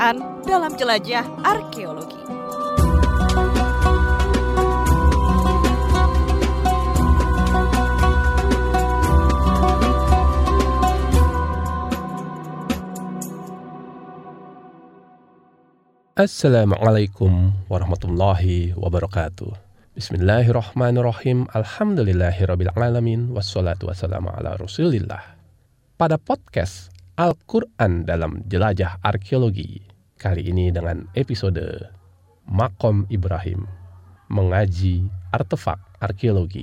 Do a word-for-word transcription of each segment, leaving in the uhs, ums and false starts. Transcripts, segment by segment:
Al-Quran dalam jelajah arkeologi. Assalamualaikum warahmatullahi wabarakatuh. Bismillahirrahmanirrahim. Alhamdulillahirabbil alamin wassalatu wassalamu ala Rasulillah. Pada podcast Al-Quran dalam jelajah arkeologi kali ini dengan episode Maqam Ibrahim, mengaji artefak arkeologi.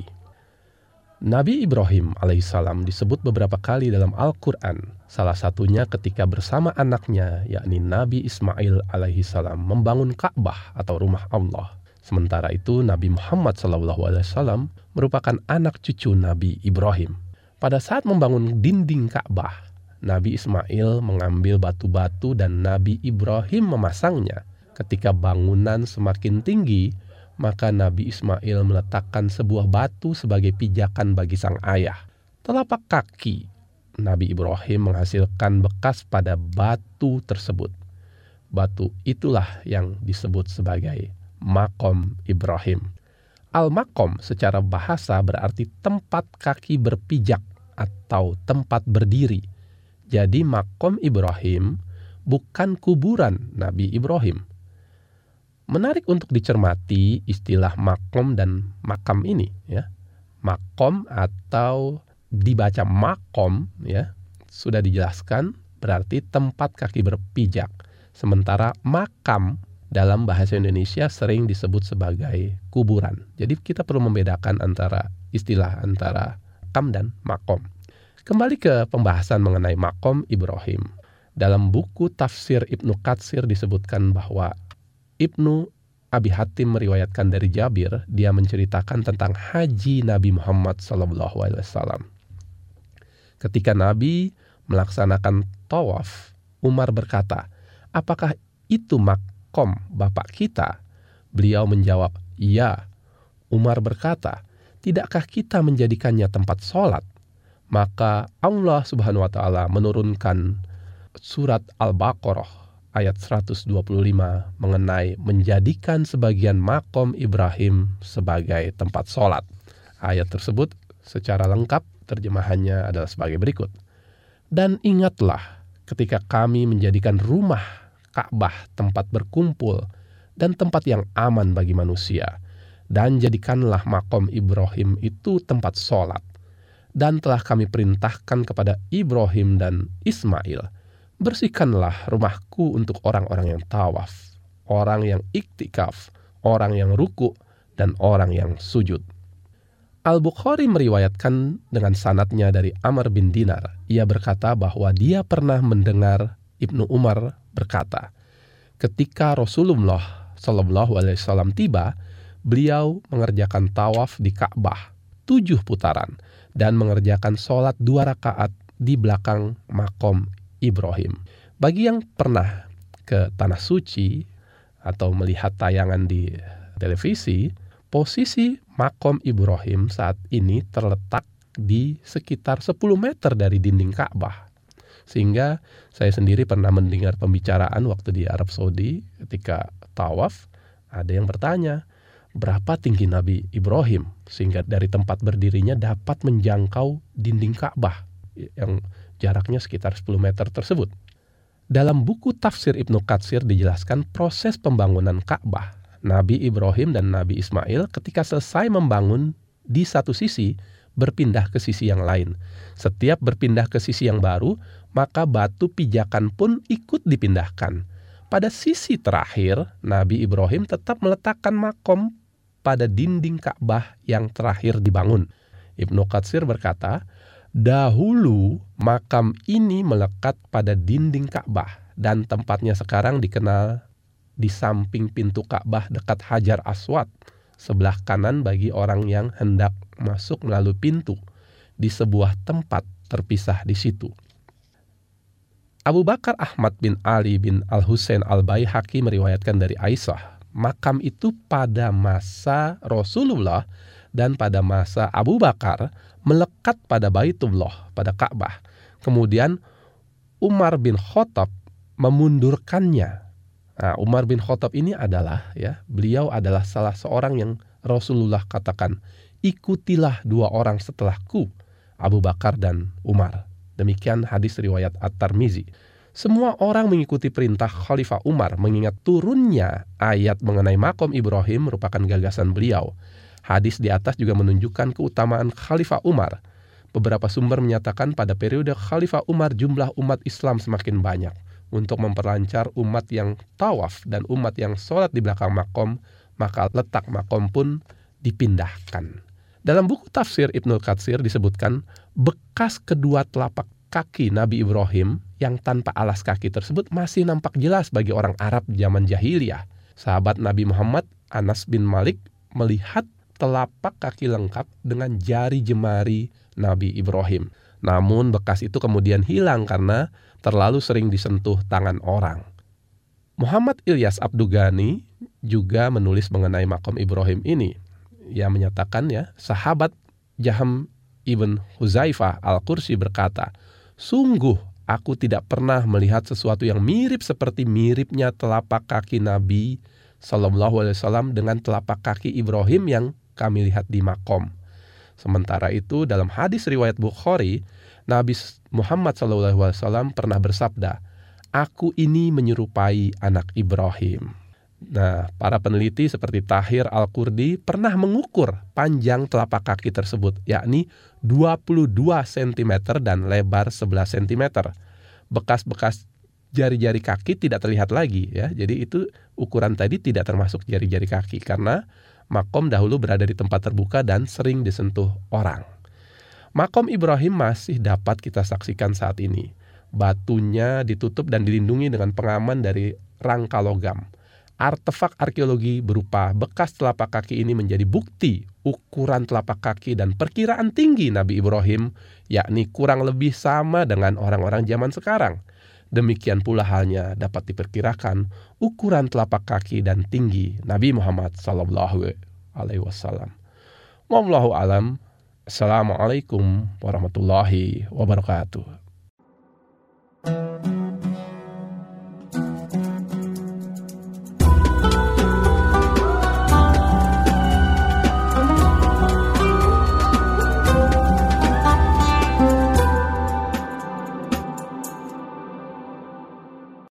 Nabi Ibrahim alaihissalam disebut beberapa kali dalam Al-Quran. Salah satunya ketika bersama anaknya, yakni Nabi Ismail alaihissalam, membangun Ka'bah atau rumah Allah. Sementara itu Nabi Muhammad shallallahu alaihi wasallam merupakan anak cucu Nabi Ibrahim. Pada saat membangun dinding Ka'bah, Nabi Ismail mengambil batu-batu dan Nabi Ibrahim memasangnya. Ketika bangunan semakin tinggi, maka Nabi Ismail meletakkan sebuah batu sebagai pijakan bagi sang ayah. Telapak kaki Nabi Ibrahim menghasilkan bekas pada batu tersebut. Batu itulah yang disebut sebagai Maqam Ibrahim. Al-Maqam secara bahasa berarti tempat kaki berpijak atau tempat berdiri. Jadi Maqam Ibrahim bukan kuburan Nabi Ibrahim. Menarik untuk dicermati istilah makom dan makam ini, ya. Makom atau dibaca makom, ya, sudah dijelaskan berarti tempat kaki berpijak. Sementara makam dalam bahasa Indonesia sering disebut sebagai kuburan. Jadi kita perlu membedakan antara istilah antara makam dan makom. Kembali ke pembahasan mengenai Maqam Ibrahim. Dalam buku tafsir Ibnu Katsir disebutkan bahwa Ibnu Abi Hatim meriwayatkan dari Jabir, dia menceritakan tentang haji Nabi Muhammad shallallahu alaihi wasallam. Ketika Nabi melaksanakan tawaf, Umar berkata, "Apakah itu makom bapak kita?" Beliau menjawab, "Ya." Umar berkata, "Tidakkah kita menjadikannya tempat sholat?" Maka Allah Subhanahu wa taala menurunkan surat Al-Baqarah ayat seratus dua puluh lima mengenai menjadikan sebagian Maqam Ibrahim sebagai tempat sholat. Ayat tersebut secara lengkap terjemahannya adalah sebagai berikut. Dan ingatlah ketika kami menjadikan rumah Ka'bah tempat berkumpul dan tempat yang aman bagi manusia. Dan jadikanlah Maqam Ibrahim itu tempat sholat. Dan telah kami perintahkan kepada Ibrahim dan Ismail, bersihkanlah rumahku untuk orang-orang yang tawaf, orang yang iktikaf, orang yang ruku, dan orang yang sujud. Al-Bukhari meriwayatkan dengan sanadnya dari Amr bin Dinar. Ia berkata bahwa dia pernah mendengar Ibnu Umar berkata, ketika Rasulullah shallallahu alaihi wasallam tiba, beliau mengerjakan tawaf di Ka'bah tujuh putaran dan mengerjakan sholat dua rakaat di belakang Maqam Ibrahim. Bagi yang pernah ke Tanah Suci atau melihat tayangan di televisi, posisi Maqam Ibrahim saat ini terletak di sekitar sepuluh meter dari dinding Ka'bah. Sehingga saya sendiri pernah mendengar pembicaraan waktu di Arab Saudi ketika tawaf, ada yang bertanya, berapa tinggi Nabi Ibrahim sehingga dari tempat berdirinya dapat menjangkau dinding Ka'bah yang jaraknya sekitar sepuluh meter tersebut. Dalam buku tafsir Ibnu Katsir dijelaskan proses pembangunan Ka'bah. Nabi Ibrahim dan Nabi Ismail ketika selesai membangun di satu sisi, berpindah ke sisi yang lain. Setiap berpindah ke sisi yang baru, maka batu pijakan pun ikut dipindahkan. Pada sisi terakhir, Nabi Ibrahim tetap meletakkan makom pada dinding Ka'bah yang terakhir dibangun. Ibnu Katsir berkata, dahulu makam ini melekat pada dinding Ka'bah dan tempatnya sekarang dikenal di samping pintu Ka'bah dekat Hajar Aswad, sebelah kanan bagi orang yang hendak masuk melalui pintu, di sebuah tempat terpisah di situ. Abu Bakar Ahmad bin Ali bin Al-Husain Al-Baihaqi meriwayatkan dari Aisyah, makam itu pada masa Rasulullah dan pada masa Abu Bakar melekat pada Baitullah, pada Ka'bah. Kemudian Umar bin Khattab memundurkannya Nah, Umar bin Khattab ini adalah ya, beliau adalah salah seorang yang Rasulullah katakan, ikutilah dua orang setelahku, Abu Bakar dan Umar. Demikian hadis riwayat At-Tirmizi. Semua orang mengikuti perintah Khalifah Umar mengingat turunnya ayat mengenai makom Ibrahim merupakan gagasan beliau. Hadis di atas juga menunjukkan keutamaan Khalifah Umar. Beberapa sumber menyatakan pada periode Khalifah Umar jumlah umat Islam semakin banyak. Untuk memperlancar umat yang tawaf dan umat yang sholat di belakang makom, maka letak makom pun dipindahkan. Dalam buku tafsir Ibnu Katsir disebutkan bekas kedua telapak kaki Nabi Ibrahim yang tanpa alas kaki tersebut masih nampak jelas bagi orang Arab zaman jahiliyah. Sahabat Nabi Muhammad Anas bin Malik melihat telapak kaki lengkap dengan jari jemari Nabi Ibrahim. Namun bekas itu kemudian hilang karena terlalu sering disentuh tangan orang. Muhammad Ilyas Abdugani juga menulis mengenai makom Ibrahim ini. Ia menyatakan ya, sahabat Jaham ibn Huzaifah Al-Qursi berkata, sungguh aku tidak pernah melihat sesuatu yang mirip seperti miripnya telapak kaki Nabi Sallallahu Alaihi Wasallam dengan telapak kaki Ibrahim yang kami lihat di makom. Sementara itu dalam hadis riwayat Bukhari, Nabi Muhammad Sallallahu Alaihi Wasallam pernah bersabda, aku ini menyerupai anak Ibrahim. Nah, para peneliti seperti Tahir Al-Kurdi pernah mengukur panjang telapak kaki tersebut, yakni dua puluh dua sentimeter dan lebar sebelas sentimeter. Bekas-bekas jari-jari kaki tidak terlihat lagi ya. Jadi itu ukuran tadi tidak termasuk jari-jari kaki karena makom dahulu berada di tempat terbuka dan sering disentuh orang. Makom Ibrahim masih dapat kita saksikan saat ini. Batunya ditutup dan dilindungi dengan pengaman dari rangka logam. Artefak arkeologi berupa bekas telapak kaki ini menjadi bukti ukuran telapak kaki dan perkiraan tinggi Nabi Ibrahim, yakni kurang lebih sama dengan orang-orang zaman sekarang. Demikian pula halnya dapat diperkirakan ukuran telapak kaki dan tinggi Nabi Muhammad Sallallahu Alaihi Wasallam. Wallahu alam. Assalamualaikum warahmatullahi wabarakatuh.